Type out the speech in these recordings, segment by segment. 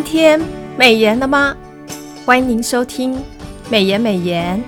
今天美言了吗？欢迎您收听美言美言。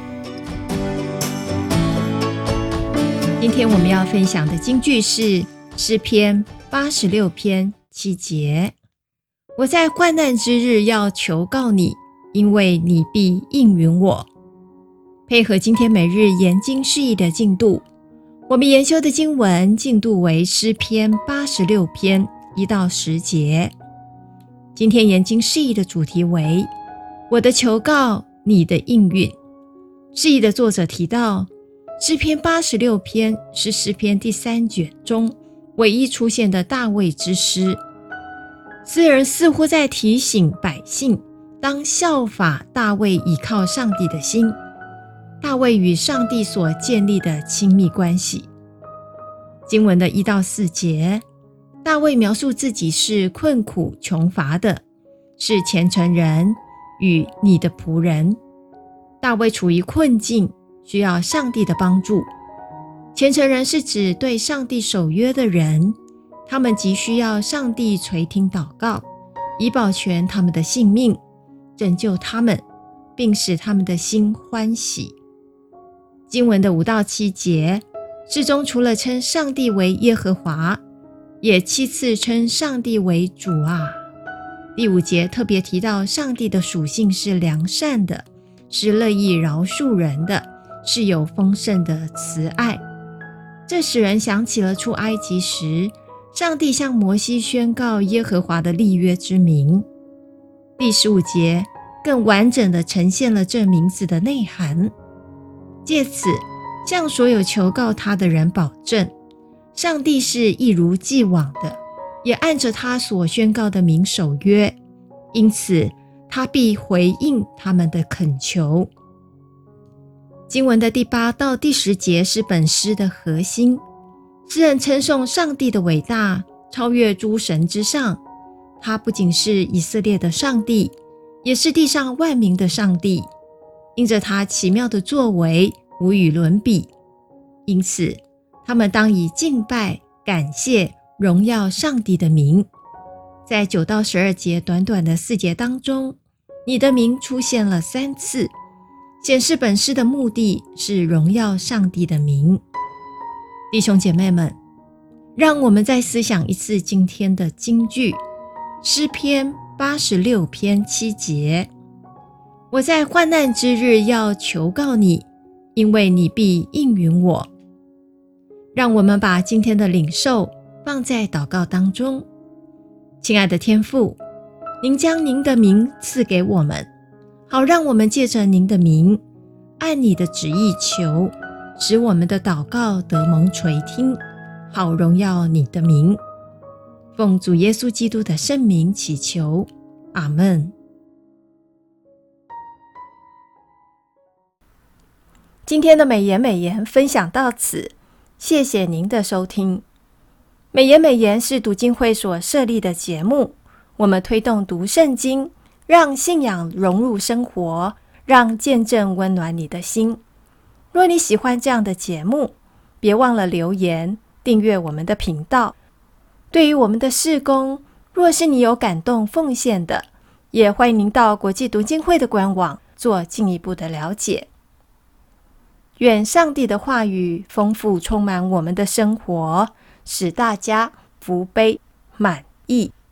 今天我们要分享的金句是诗篇86篇7节。我在患难之日要求告你，因为你必应允我。配合今天每日研经释义的进度，我们研修的经文进度为诗篇86篇1到10节。今天研经释义的主题为我的求告，你的应允。释义的作者提到，诗篇86篇是诗篇第3卷中唯一出现的大卫之诗。诗人似乎在提醒百姓当效法大卫倚靠上帝的心，大卫与上帝所建立的亲密关系。经文的1到4节，大卫描述自己是困苦穷乏的，是虔诚人与你的仆人。大卫处于困境，需要上帝的帮助。虔诚人是指对上帝守约的人，他们急需要上帝垂听祷告，以保全他们的性命，拯救他们，并使他们的心欢喜。经文的5到7节，诗中除了称上帝为耶和华，也7次称上帝为主啊。第5节特别提到上帝的属性是良善的，是乐意饶恕人的，是有丰盛的慈爱。这使人想起了出埃及时，上帝向摩西宣告耶和华的立约之名。第15节更完整地呈现了这名字的内涵，借此向所有求告他的人保证，上帝是一如既往的，也按着他所宣告的名守约，因此他必回应他们的恳求。经文的第8到第10节是本诗的核心。诗人称颂上帝的伟大，超越诸神之上。他不仅是以色列的上帝，也是地上万民的上帝。因着他奇妙的作为，无与伦比，因此他们当以敬拜、感谢、荣耀上帝的名。在9到12节短短的4节当中，你的名出现了3次，显示本诗的目的是荣耀上帝的名。弟兄姐妹们，让我们再思想一次今天的金句，诗篇86篇7节。我在患难之日要求告你，因为你必应允我。让我们把今天的领受放在祷告当中。亲爱的天父，您将您的名赐给我们，好让我们借着您的名，按你的旨意求，使我们的祷告得蒙垂听，好荣耀你的名。奉主耶稣基督的圣名祈求，阿们。今天的美言美言分享到此，谢谢您的收听。美言美言是读经会所设立的节目，我们推动读圣经，让信仰融入生活，让见证温暖你的心。若你喜欢这样的节目，别忘了留言订阅我们的频道。对于我们的事工，若是你有感动奉献的，也欢迎您到国际读经会的官网做进一步的了解。愿上帝的话语丰富充满我们的生活，使大家福杯满溢。